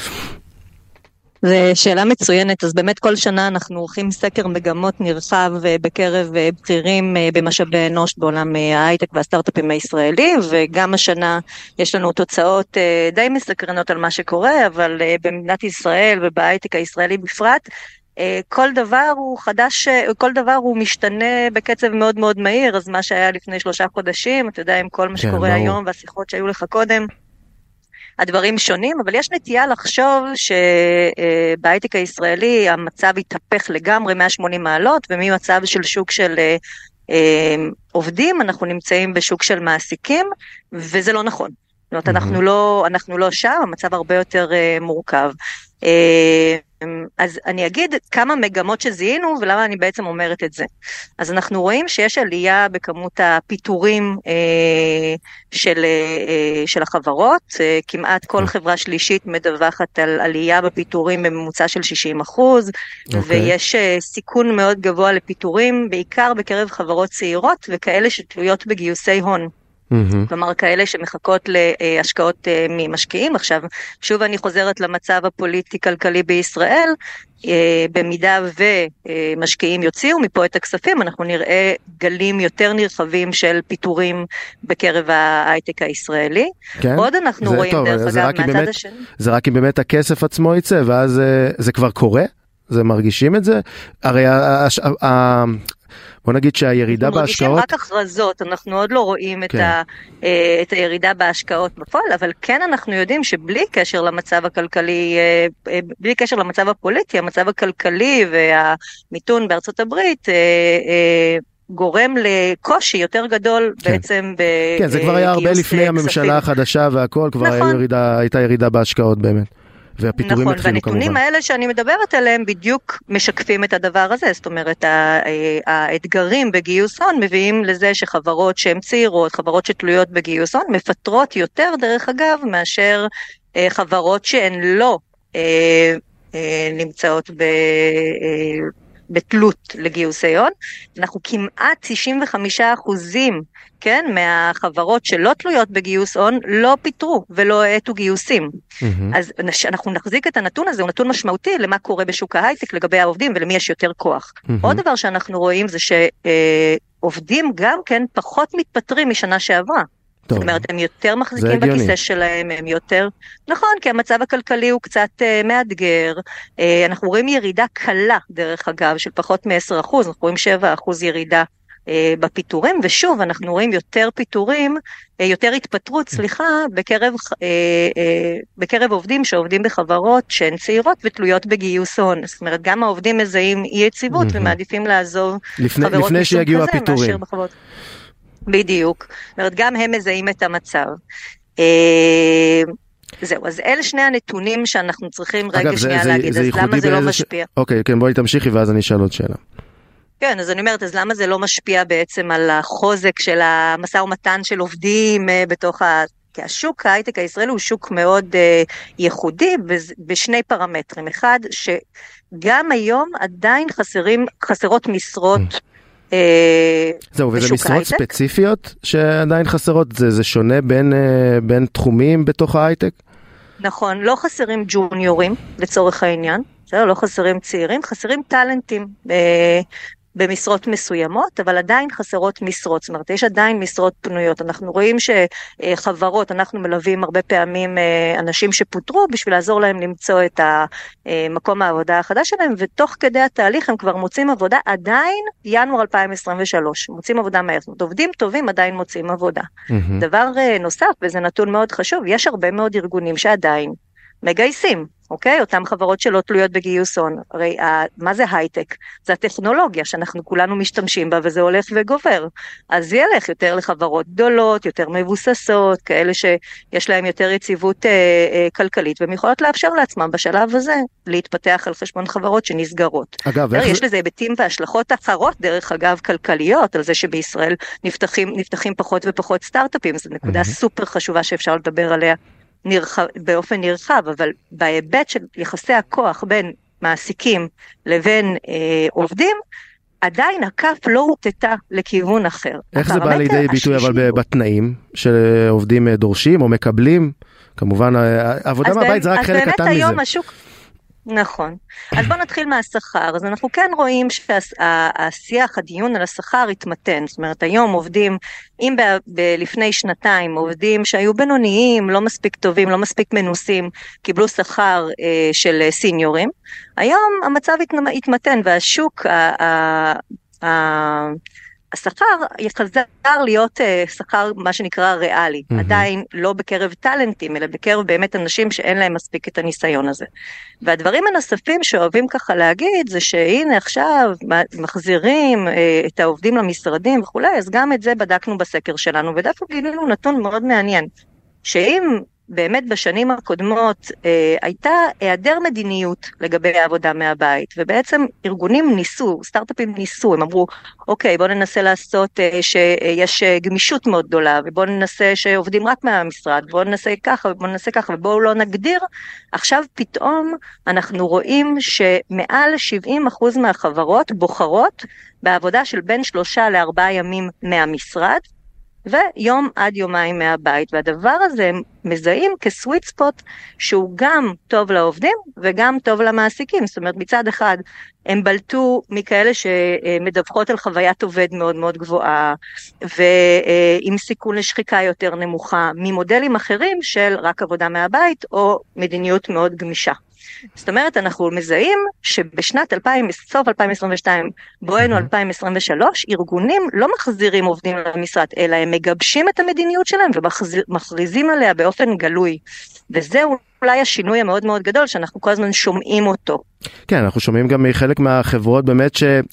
זו שאלה מצוינת. אז באמת כל שנה אנחנו עורכים סקר מגמות נרחב בקרב בכירים במשאבי אנוש בעולם ההייטק והסטארט-אפים הישראלי, וגם השנה יש לנו תוצאות די מסקרנות על מה שקורה, אבל במדינת ישראל ובהייטק הישראלי בפרט, כל דבר הוא חדש, כל דבר הוא משתנה בקצב מאוד מאוד מהיר. אז מה שהיה לפני שלושה חודשים, אתה יודע, עם כל מה שקורה היום והשיחות שהיו לך קודם, הדברים שונים, אבל יש נטייה לחשוב שבהייטק הישראלי המצב יתהפך לגמרי מאה ושמונים מעלות, וממצב של שוק של עובדים, אנחנו נמצאים בשוק של מעסיקים, וזה לא נכון. זאת אומרת, אנחנו לא, אנחנו לא שם, המצב הרבה יותר מורכב. אז אני אגיד כמה מגמות שזיהינו, ולמה אני בעצם אומרת את זה. אז אנחנו רואים שיש עלייה בכמות הפיטורים של, של החברות, כמעט כל חברה שלישית מדווחת על עלייה בפיטורים בממוצע של שישים אחוז, okay. ויש סיכון מאוד גבוה לפיטורים, בעיקר בקרב חברות צעירות, וכאלה שתלויות בגיוסי הון. Mm-hmm. כלומר כאלה שמחכות להשקעות ממשקיעים. עכשיו שוב אני חוזרת למצב הפוליטי-כלכלי בישראל, במידה ומשקיעים יוציאו מפה את הכספים, אנחנו נראה גלים יותר נרחבים של פיטורים בקרב ההייטק הישראלי. כן? עוד אנחנו רואים טוב, דרך אגב מהצד באמת, השני. זה רק אם באמת הכסף עצמו יצא, ואז זה, זה כבר קורה? זה מרגישים את זה? הרי ה... ה... בוא נגיד שהירידה בהשקעות... אנחנו מרגישים רק הכרזות, אנחנו עוד לא רואים את, ה, את הירידה בהשקעות בפועל, אבל כן אנחנו יודעים שבלי קשר למצב הכלכלי, בלי קשר למצב הפוליטי, המצב הכלכלי והמיתון בארצות הברית גורם לקושי יותר גדול בעצם בגיוס כספים. כן, זה כבר היה הרבה לפני הממשלה החדשה והכל, כבר הייתה ירידה בהשקעות באמת. והפיטורים נכון, התחילו כמובן. והנתונים האלה שאני מדברת עליהם בדיוק משקפים את הדבר הזה, זאת אומרת, האתגרים בגיוס הון מביאים לזה שחברות שהן צעירות, חברות שתלויות בגיוס הון, מפטרות יותר דרך אגב, מאשר חברות שהן לא נמצאות ב... בתלות לגיוסי הון. אנחנו כמעט תשעים וחמישה אחוזים, כן, מהחברות שלא תלויות בגיוס הון, לא פיטרו ולא העטו גיוסים. Mm-hmm. אז אנחנו נחזיק את הנתון הזה, הוא נתון משמעותי למה קורה בשוק ההייטק לגבי העובדים ולמי יש יותר כוח. Mm-hmm. עוד דבר שאנחנו רואים זה שעובדים גם כן פחות מתפטרים משנה שעברה. טוב. זאת אומרת, הם יותר מחזיקים בכיסא שלהם, הם יותר... נכון, כי המצב הכלכלי הוא קצת uh, מאתגר. Uh, אנחנו רואים ירידה קלה, דרך אגב, של פחות מ-עשרה אחוז, אנחנו רואים שבעה אחוז ירידה uh, בפיטורים, ושוב, אנחנו רואים יותר פיטורים, uh, יותר התפטרות, סליחה, בקרב, uh, uh, בקרב עובדים שעובדים בחברות שהן צעירות ותלויות בגיוס הון. זאת אומרת, גם העובדים מזהים אי יציבות ומעדיפים לעזוב לפני, חברות לפני מסוג שיגיעו כזה, הפיטורים. מאשר בחברות. בדיוק, זאת אומרת, גם הם מזהים את המצב. זהו, אז אלה שני הנתונים שאנחנו צריכים רגע שנייה להגיד, אז למה זה לא משפיע? אוקיי, כן, בואי תמשיכי ואז אני אשאל עוד שאלה. כן, אז אני אומרת, אז למה זה לא משפיע בעצם על החוזק של המשא ומתן של עובדים בתוך ה... כי השוק ההייטק הישראלי הוא שוק מאוד ייחודי בשני פרמטרים. אחד, שגם היום עדיין חסרים, חסרות משרות זהו, וזה משרות ספציפיות שעדיין חסרות, זה, זה שונה בין, בין תחומים בתוך ההייטק? נכון, לא חסרים ג'וניורים לצורך העניין, לא חסרים צעירים, חסרים טלנטים במשרות מסוימות, אבל עדיין חסרות משרות, זאת אומרת, יש עדיין משרות פנויות. אנחנו רואים שחברות, אנחנו מלווים הרבה פעמים אנשים שפוטרו, בשביל לעזור להם למצוא את מקום העבודה החדש שלהם, ותוך כדי התהליך הם כבר מוצאים עבודה, עדיין ינואר אלפיים עשרים ושלוש, מוצאים עבודה מהר, זאת אומרת, עובדים טובים עדיין מוצאים עבודה. Mm-hmm. דבר נוסף, וזה נתון מאוד חשוב, יש הרבה מאוד ארגונים שעדיין מגייסים, אוקיי? אותם חברות שלא תלויות בגיוס הון. הרי מה זה הייטק? זה הטכנולוגיה שאנחנו כולנו משתמשים בה, וזה הולך וגובר. אז זה ילך יותר לחברות גדולות, יותר מבוססות, כאלה שיש להם יותר יציבות אה, אה, כלכלית, והן יכולות לאפשר לעצמם בשלב הזה להתפתח על חשבון חברות שנסגרות. אגב, איך... יש לזה היבטים והשלכות אחרות, דרך אגב, כלכליות, על זה שבישראל נפתחים, נפתחים פחות ופחות סטארט-אפים. זו נקודה mm-hmm. סופר חשובה שאפשר לדבר עליה נרחב, באופן נרחב, אבל בהיבט של יחסי הכוח בין מעסיקים לבין אה, עובדים, עדיין הכף לא הוטטה לכיוון אחר. איך זה בא לידי ביטוי אבל בתנאים שעובדים דורשים או מקבלים? כמובן, עבודה מהבית זה רק חלק קטן מזה. אז באמת היום השוק... נכון. אז בואו נתחיל מהשכר. אז אנחנו כן רואים שהשיח, הדיון על השכר התמתן. זאת אומרת, היום עובדים, אם ב- ב- לפני שנתיים עובדים שהיו בינוניים, לא מספיק טובים, לא מספיק מנוסים, קיבלו שכר אה, של סיניורים, היום המצב התמתן, והשוק, ה- ה- ה- השכר יחזר להיות uh, שכר מה שנקרא ריאלי, mm-hmm. עדיין לא בקרב טלנטים, אלא בקרב באמת אנשים שאין להם מספיק את הניסיון הזה. והדברים הנוספים שאוהבים ככה להגיד, זה שהנה עכשיו מחזירים uh, את העובדים למשרדים וכו', אז גם את זה בדקנו בסקר שלנו, ודווקא גילינו נתון מאוד מעניין, שאם באמת בשנים הקודמות אה, הייתה היעדר מדיניות לגבי העבודה מהבית, ובעצם ארגונים ניסו, סטארט-אפים ניסו, הם אמרו, אוקיי, בואו ננסה לעשות אה, שיש גמישות מאוד גדולה, ובואו ננסה שעובדים רק מהמשרד, בואו ננסה ככה, ובואו ננסה ככה, ובואו לא נגדיר. עכשיו פתאום אנחנו רואים שמעל שבעים אחוז מהחברות בוחרות בעבודה של בין שלושה לארבעה ימים מהמשרד, ויום עד יומיים מהבית, והדבר הזה הם מזהים כסוויט ספוט שהוא גם טוב לעובדים וגם טוב למעסיקים. זאת אומרת, מצד אחד הם בלטו מכאלה שמדווחות על חוויית עובד מאוד מאוד גבוהה, ועם סיכון לשחיקה יותר נמוכה, ממודלים אחרים של רק עבודה מהבית או מדיניות מאוד גמישה. זאת אומרת, אנחנו מזהים שבשנת סוף אלפיים עשרים ושתיים, בואנו אלפיים עשרים ושלוש, ארגונים לא מחזירים עובדים למשרד, אלא הם מגבשים את המדיניות שלהם ומכריזים עליה באופן גלוי. וזה אולי השינוי המאוד מאוד גדול שאנחנו כל הזמן שומעים אותו. כן, אנחנו שומעים גם מחלק מהחברות באמת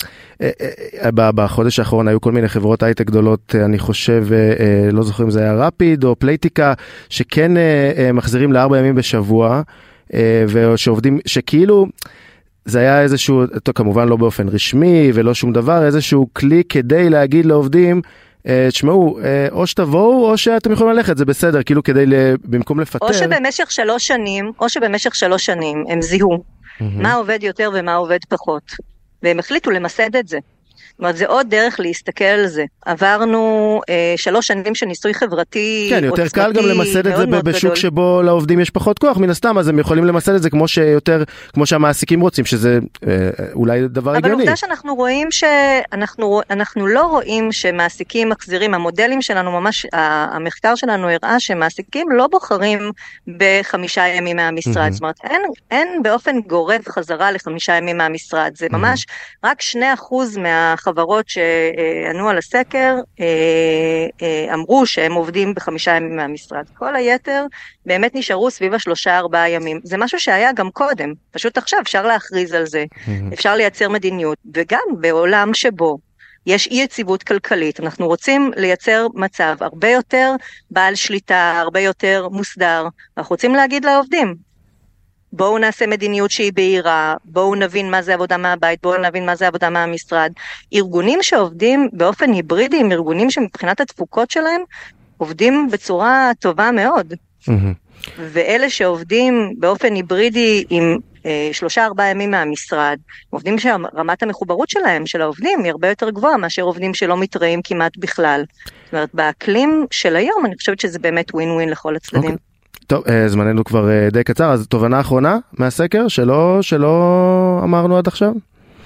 שבחודש האחרון היו כל מיני חברות הייטק גדולות, אני חושב, לא זוכר אם זה היה רפיד או פלייטיקה, שכן מחזירים לארבע ימים בשבוע, ושעובדים, שכאילו, זה היה איזשהו, כמובן לא באופן רשמי ולא שום דבר, איזשהו כלי כדי להגיד לעובדים, תשמעו, או שתבואו או שאתם יכולים ללכת, זה בסדר, כאילו כדי במקום לפטר. או שבמשך שלוש שנים, או שבמשך שלוש שנים הם זיהו מה עובד יותר ומה עובד פחות, והם החליטו למסד את זה. זאת אומרת, זה עוד דרך להסתכל על זה. עברנו אה, שלוש שנים של ניסוי חברתי. כן, יותר קל גם למסד את זה בשוק גדול. שבו לעובדים יש פחות כוח, מן הסתם, אז הם יכולים למסד את זה כמו שיותר, כמו שהמעסיקים רוצים, שזה אה, אולי דבר אבל הגיוני. אבל עובדה שאנחנו רואים שאנחנו אנחנו לא רואים שמעסיקים מחזירים, המודלים שלנו ממש, המחקר שלנו הראה שמעסיקים לא בוחרים בחמישה ימים מהמשרד. זאת אומרת, אין, אין באופן גורף חזרה לחמישה ימים מהמשרד. זה ממש רק שני אחוז מה חברות שענו על הסקר אמרו שהם עובדים בחמישה ימים מהמשרד. כל היתר באמת נשארו סביב השלושה ארבעה ימים. זה משהו שהיה גם קודם. פשוט עכשיו אפשר להכריז על זה. אפשר לייצר מדיניות. וגם בעולם שבו יש אי יציבות כלכלית, אנחנו רוצים לייצר מצב הרבה יותר בעל שליטה, הרבה יותר מוסדר. אנחנו רוצים להגיד לעובדים, בואו נעשה מדיניות שהיא בהירה, בואו נבין מה זה עבודה מהבית, בואו נבין מה זה עבודה מהמשרד. ארגונים שעובדים באופן היברידי, עם ארגונים שמבחינת התפוקות שלהם, עובדים בצורה טובה מאוד. ואלה שעובדים באופן היברידי עם אה, שלושה ארבעה ימים מהמשרד, עובדים שרמת המחוברות שלהם, של העובדים, היא הרבה יותר גבוהה, מאשר עובדים שלא מתראים כמעט בכלל. זאת אומרת, באקלים של היום, אני חושבת שזה באמת ווין ווין לכל הצדדים. Okay. טוב, זמננו כבר די קצר, אז תובנה אחרונה מהסקר שלא, שלא אמרנו עד עכשיו?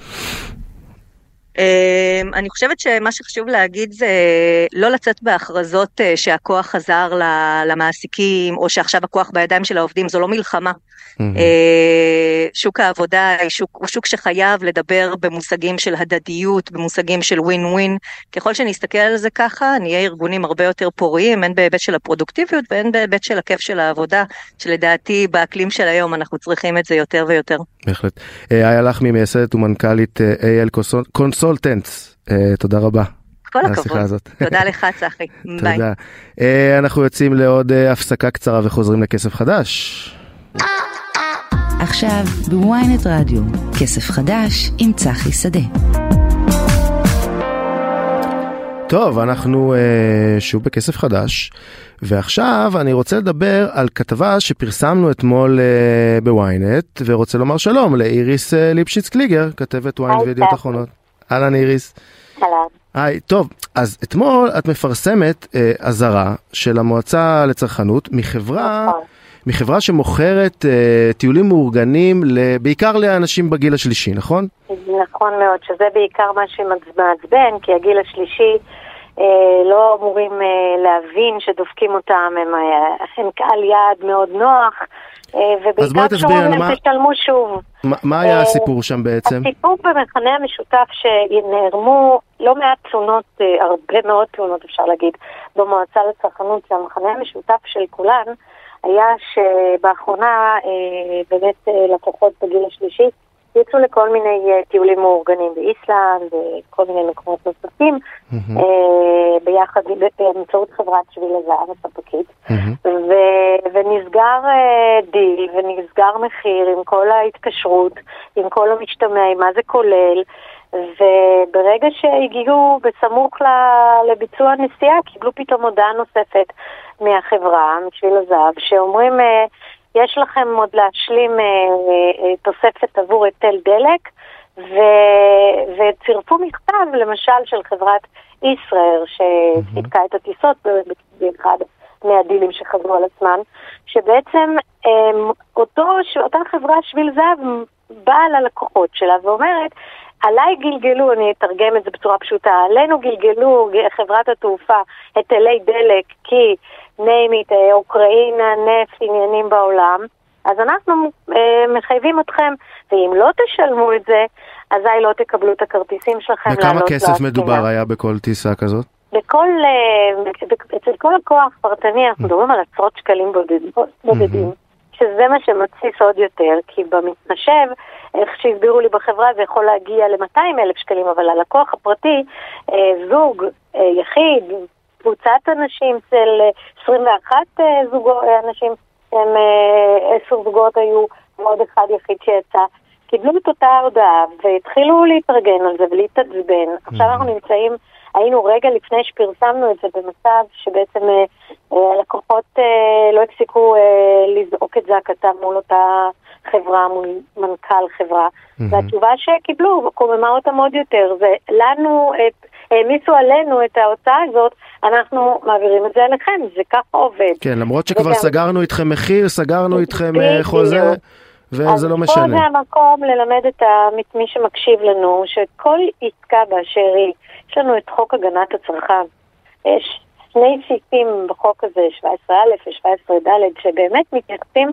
אני חושבת שמה שחשוב להגיד זה לא לצאת בהכרזות שהכוח חזר למעסיקים, או שעכשיו הכוח בידיים של העובדים, זו לא מלחמה. שוק העבודה הוא שוק שחייב לדבר במושגים של הדדיות, במושגים של ווין ווין. ככל שנסתכל על זה ככה, נהיה ארגונים הרבה יותר פוריים, הן בהיבט של הפרודוקטיביות, והן בהיבט של הכיף של העבודה, שלדעתי באקלים של היום אנחנו צריכים את זה יותר ויותר. בהחלט. איה לחמי, מייסדת ומנכ"לית איי אל קונסולטנטס, תודה רבה. כל הכבוד. תודה לך צחי. ביי. תודה. אנחנו יוצאים לעוד הפסקה קצרה וחוזרים לכסף חדש. עכשיו בוויינט רדיו, כסף חדש עם צחי שדה. טוב, אנחנו uh, שוב בכסף חדש, ועכשיו אני רוצה לדבר על כתבה שפרסמנו אתמול uh, בוויינט, ורוצה לומר שלום לאיריס uh, ליפשיץ קליגר, כתבת וויינט וידיעות אחרונות. אהלן איריס. אהלן. היי, טוב, אז אתמול את מפרסמת uh, אזהרה של המועצה לצרכנות מחברה... נכון. מחברה שמוכרת אה, טיולים מאורגנים בעיקר לאנשים בגיל השלישי, נכון? נכון מאוד, שזה בעיקר מה שמעצבן, כי הגיל השלישי אה, לא אמורים אה, להבין שדופקים אותם, הם, אה, הם קהל יעד מאוד נוח, אה, ובעיקר שאומרים להם תשלמו שוב. מה, מה היה אה, הסיפור שם בעצם? הסיפור במכנה המשותף שנערמו לא מעט תלונות, אה, הרבה מאוד תלונות אפשר להגיד, במועצה לצרכנות, שהמכנה המשותף של כולן, היה שבאחרונה אה, באמת אה, לקוחות בגיל השלישי יצאו לכל מיני אה, טיולים מאורגנים באיסלנד וכל מיני מקומות נוספים mm-hmm. אה, ביחד באמצעות חברת שביל הזהב הספקית mm-hmm. ו- ונסגר אה, דיל ונסגר מחיר עם כל ההתקשרות, עם כל המשתמע, מה זה כולל, וברגע שהגיעו בסמוך לביצוע הנסיעה קיבלו פתאום הודעה נוספת מהחברה, משביל הזהב, שאומרים יש לכם עוד להשלים תוספת עבור היטל דלק, ו- וצירפו מכתב למשל של חברת ישראייר שסיפקה את הטיסות באחד מהדילים שחזרו על עצמם, שבעצם אותו, אותה חברה שביל זהב באה ללקוחות שלה ואומרת, עליי גלגלו, אני אתרגם את זה בצורה פשוטה, עלינו גלגלו חברת התעופה היטלי דלק כי ניימית, אוקראינה, נפט, עניינים בעולם, אז אנחנו אה, מחייבים אתכם, ואם לא תשלמו את זה, אזי לא תקבלו את הכרטיסים שלכם. וכמה כסף מדובר היה בכל טיסה כזאת? בכל, אה, אצל כל הכוח פרטני אנחנו מדברים על עשרות שקלים בודדים, בודדים. שזה מה שמציס עוד יותר, כי במתנשב, איך שהסבירו לי בחברה, זה יכול להגיע ל-מאתיים אלף שקלים, אבל הלקוח הפרטי, זוג, יחיד, קבוצת אנשים, של עשרים ואחת זוג אנשים, שהם עשר זוגות היו מאוד אחד יחיד שיצא, קיבלו את אותה הודעה והתחילו להתארגן על זה ולהתעצבן. עכשיו אנחנו נמצאים, היינו רגע לפני שפרסמנו את זה במצב שבעצם הלקוחות לא הפסיקו לזעוק את זעקתם מול אותה חברה, מול מנכ"ל חברה, והתשובה שקיבלו קוממה אותם עוד יותר, זה לנו, העמיסו עלינו את ההוצאה הזאת, אנחנו מעבירים את זה אליכם, זה ככה עובד. כן, למרות שכבר סגרנו איתכם מחיר, סגרנו איתכם חוזה, וזה לא משנה. אז פה זה המקום ללמד את מי שמקשיב לנו, שכל עסקה באשר היא, יש לנו את חוק הגנת הצרכן. יש שני סעיפים בחוק הזה, שבע עשרה א' ו-שבע עשרה ד', שבאמת מתייחסים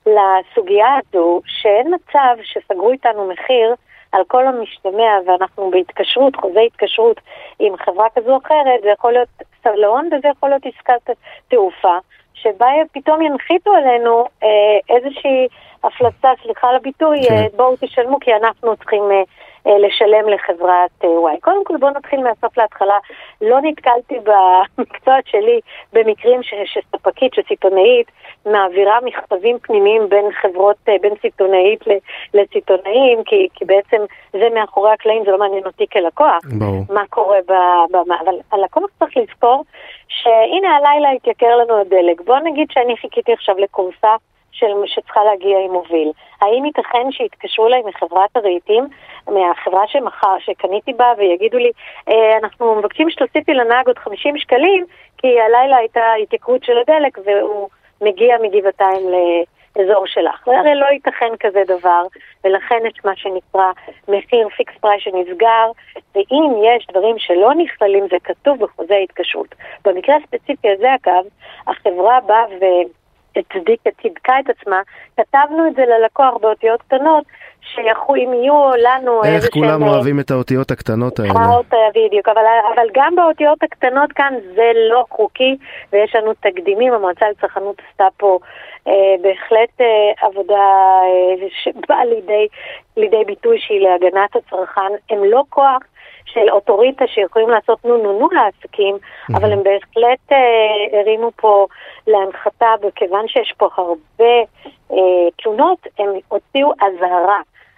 לסוגיה הזו, שאין מצב שסגרו איתנו מחיר על כל המשתמע, ואנחנו בהתקשרות, חוזה התקשרות עם חברה כזו או אחרת, זה יכול להיות סלון וזה יכול להיות עסקת תעופה, שבה פתאום ינחיתו עלינו אה, איזושהי הפלצה, סליחה על הביטוי, כן. אה, בואו תשלמו כי אנחנו צריכים אה, אה, לשלם לחברת אה, וואי. קודם כל בואו נתחיל מהסוף להתחלה, לא נתקלתי במקצוע שלי במקרים ש, שספקית, שסיטונאית, מעבירה מכתבים פנימיים בין חברות, אה, בין סיטונאית לסיטונאים, כי, כי בעצם זה מאחורי הקלעים, זה לא מעניין אותי כלקוח, ברור. מה קורה במה, אבל הלקוח צריך לזכור שהנה הלילה התייקר לנו הדלק. בוא נגיד שאני חיכיתי עכשיו לקורסה של שצריכה להגיע עם מוביל. האם ייתכן שיתקשרו אליי מחברת הרהיטים, מהחברה שמחר, שקניתי בה, ויגידו לי, אנחנו מבקשים שתוסיפי לנהג עוד חמישים שקלים, כי הלילה הייתה התייקרות של הדלק, והוא מגיע מגבעתיים לאזור שלך. הרי לא ייתכן כזה דבר, ולכן יש מה שנקרא מחיר פיקס פרייס שנסגר, ואם יש דברים שלא נכללים, זה כתוב בחוזה התקשרות. במקרה הספציפי הזה, אגב, החברה באה והצדיקה, צדקה את עצמה, כתבנו את זה ללקוח באותיות קטנות, שיכו אם יהיו לנו... איך כולם אוהבים את האותיות הקטנות האלה. בדיוק, אבל, אבל גם באותיות הקטנות כאן זה לא חוקי, ויש לנו תקדימים, המועצה לצרכנות עשתה פה אה, בהחלט אה, עבודה אה, שבאה לידי, לידי ביטוי שהיא להגנת הצרכן, הם לא כוח של אוטוריטה שיכולים לעשות נו נו נו לעסקים, mm-hmm. אבל הם בהחלט אה, הרימו פה להנחתה, בכיוון שיש פה הרבה אה, תלונות, הם הוציאו הזהרה.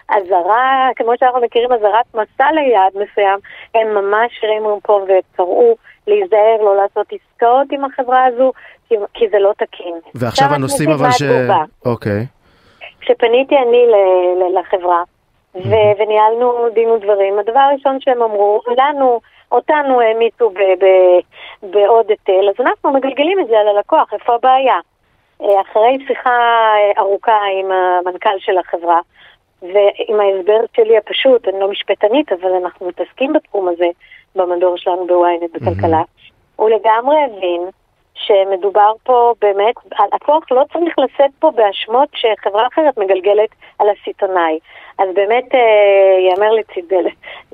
הזהרה, כמו שאנחנו מכירים, הזהרת מסע ליעד מסוים, הם ממש הרימו פה וקראו להיזהר, לא לעשות עסקאות עם החברה הזו, כי, כי זה לא תקין. ועכשיו הנושאים אבל ש... אוקיי. כשפניתי אני ל- ל- לחברה, ו- וניהלנו דין ודברים, הדבר הראשון שהם אמרו, לנו, אותנו העמיתו ב- ב- בעוד היטל, אז אנחנו מגלגלים את זה על הלקוח, איפה הבעיה? אחרי שיחה ארוכה עם המנכ"ל של החברה, ועם ההסבר שלי הפשוט, אני לא משפטנית, אבל אנחנו מתעסקים בתחום הזה, במדור שלנו בוויינט בכלכלה, הוא לגמרי הבין שמדובר פה באמת, הלקוח לא צריך לשאת פה באשמות שחברה אחרת מגלגלת על הסיטונאי. אז באמת יאמר לצידל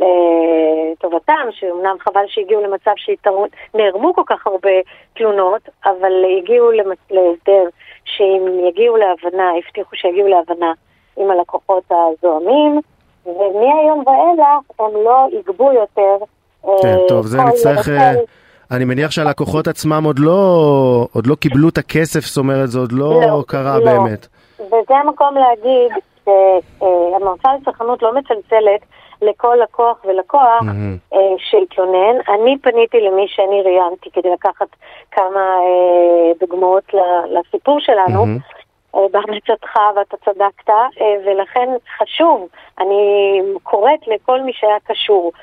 לטובתם, שאומנם חבל שהגיעו למצב שנערמו כל כך הרבה תלונות, אבל הגיעו להסדר שאם יגיעו להבנה, הבטיחו שיגיעו להבנה עם הלקוחות הזוהמים, ומהיום ואילך הם לא יגבו יותר. כן, טוב, זה נצטרך... אני מניח שהלקוחות עצמם עוד לא, עוד לא קיבלו את הכסף, זאת אומרת, זה עוד לא, לא קרה לא. באמת. וזה המקום להגיד שהמועצה לצרכנות לא מצלצלת לכל לקוח ולקוח mm-hmm. שהתלונן. אני פניתי למי שאני ראיינתי כדי לקחת כמה דוגמאות לסיפור שלנו, mm-hmm. בהמלצתך ואתה צדקת, ולכן חשוב, אני קוראת לכל מי שהיה קשור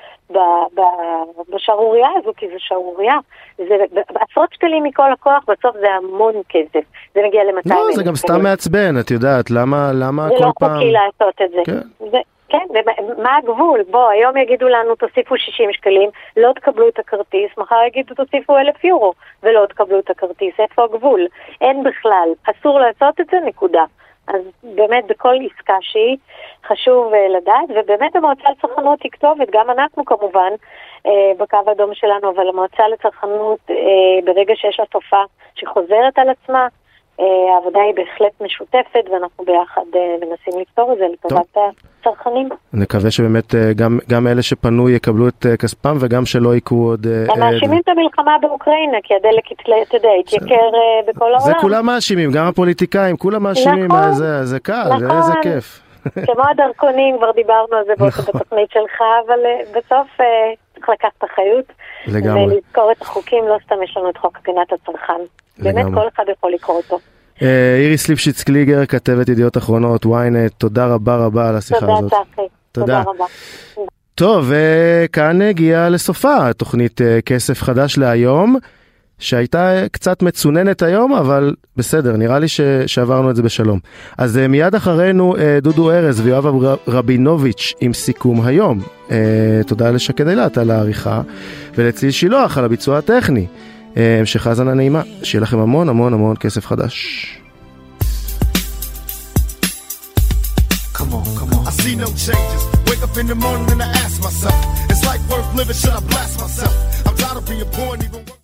בשערוריה הזו, כי זה שערוריה, זה בעשרות שקלים מכל לקוח, בסוף זה המון כסף, זה מגיע ל-מאתיים אלף. לא, זה גם סתם מעצבן, את יודעת, למה, למה כל פעם... זה לא חוקי לעשות את זה. כן. זה, כן, ומה הגבול? בוא, היום יגידו לנו תוסיפו שישים שקלים, לא תקבלו את הכרטיס, מחר יגידו תוסיפו אלף יורו, ולא תקבלו את הכרטיס, איפה הגבול? אין בכלל, אסור לעשות את זה, נקודה. אז באמת בכל עסקה שהיא חשוב לדעת, ובאמת המועצה לצרכנות היא כתובת, גם אנחנו כמובן בקו האדום שלנו, אבל המועצה לצרכנות ברגע שיש לה תופעה שחוזרת על עצמה, העבודה היא בהחלט משותפת, ואנחנו ביחד מנסים לפתור את זה לטובת הצרכנים. אני מקווה שבאמת גם, גם אלה שפנו יקבלו את כספם, וגם שלא יקרו עוד... הם מאשימים את המלחמה באוקראינה, כי הדלק התייקר בכל העולם. זה כולם מאשימים, גם הפוליטיקאים, כולם מאשימים, זה קל, זה כיף. כמו הדרכונים, כבר דיברנו על זה בתוכנית שלך, אבל בסוף צריך לקחת אחריות, ולזכור את החוקים, לא סתם יש לנו את חוק הגנת הצרכן. באמת כל אחד יכול לקרוא אותו. איריס ליפשיץ קליגר, כתבת ידיעות אחרונות, וויינט, תודה רבה רבה על השיחה הזאת. תודה, צחי. תודה רבה. טוב, וכאן הגיעה לסופה תוכנית כסף חדש להיום, שהייתה קצת מצוננת היום, אבל בסדר, נראה לי ש... שעברנו את זה בשלום. אז מיד אחרינו דודו ארז ויואב רבינוביץ' עם סיכום היום. תודה לשקד אילת על העריכה, ולצליל שילוח על הביצוע הטכני. המשך האזנה נעימה, שיהיה לכם המון המון המון כסף חדש. Come on, come on. I see no changes. Wake up in the morning and I ask myself, it's like worth living, should I blast myself? I'm tired of being born even